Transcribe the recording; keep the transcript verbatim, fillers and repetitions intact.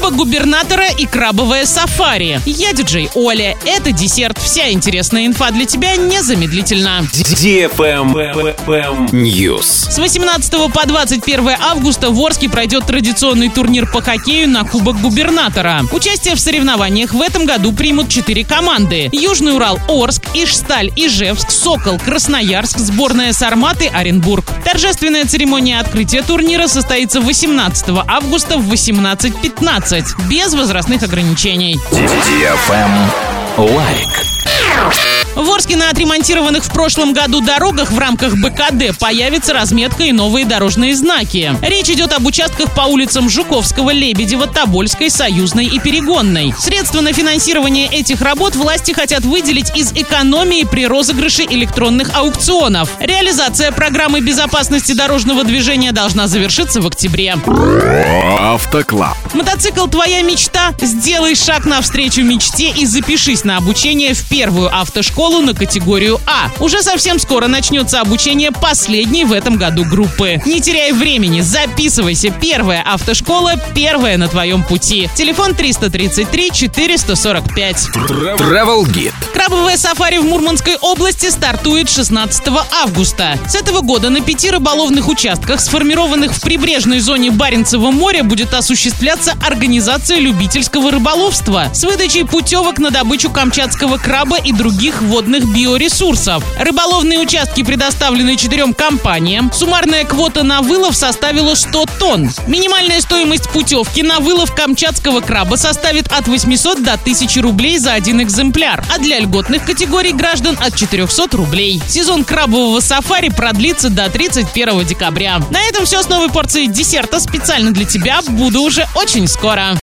Кубок губернатора и крабовое сафари. Я диджей Оля. Это десерт. Вся интересная инфа для тебя незамедлительно. News. С восемнадцатого по двадцать первое августа в Орске пройдет традиционный турнир по хоккею на Кубок губернатора. Участие в соревнованиях в этом году примут четыре команды: Южный Урал, Орск, Ижсталь, Ижевск, Сокол, Красноярск, сборная Сарматы, Оренбург. Торжественная церемония открытия турнира состоится восемнадцатого августа в восемнадцать пятнадцать, без возрастных ограничений. Лайк. В Орске на отремонтированных в прошлом году дорогах в рамках бэ ка дэ появится разметка и новые дорожные знаки. Речь идет об участках по улицам Жуковского, Лебедева, Тобольской, Союзной и Перегонной. Средства на финансирование этих работ власти хотят выделить из экономии при розыгрыше электронных аукционов. Реализация программы безопасности дорожного движения должна завершиться в октябре. Автоклаб. Мотоцикл «Твоя мечта»? Сделай шаг навстречу мечте и запишись на обучение в первую автошколу на категорию А. Уже совсем скоро начнется обучение последней в этом году группы. Не теряй времени, записывайся. Первая автошкола, первая на твоем пути. Телефон триста тридцать три четыреста сорок пять. Travel Guide. Крабовое сафари в Мурманской области стартует шестнадцатого августа. С этого года на пяти рыболовных участках, сформированных в прибрежной зоне Баренцева моря, будет осуществляться организация любительского рыболовства с выдачей путевок на добычу камчатского краба и других водных биоресурсов. Рыболовные участки предоставлены четырем компаниям. Суммарная квота на вылов составила сто тонн. Минимальная стоимость путевки на вылов камчатского краба составит от восьмисот до тысячи рублей за один экземпляр, а для льготных категорий граждан от четырехсот рублей. Сезон крабового сафари продлится до тридцать первого декабря. На этом все с новой порцией десерта специально для тебя. Буду уже очень скоро.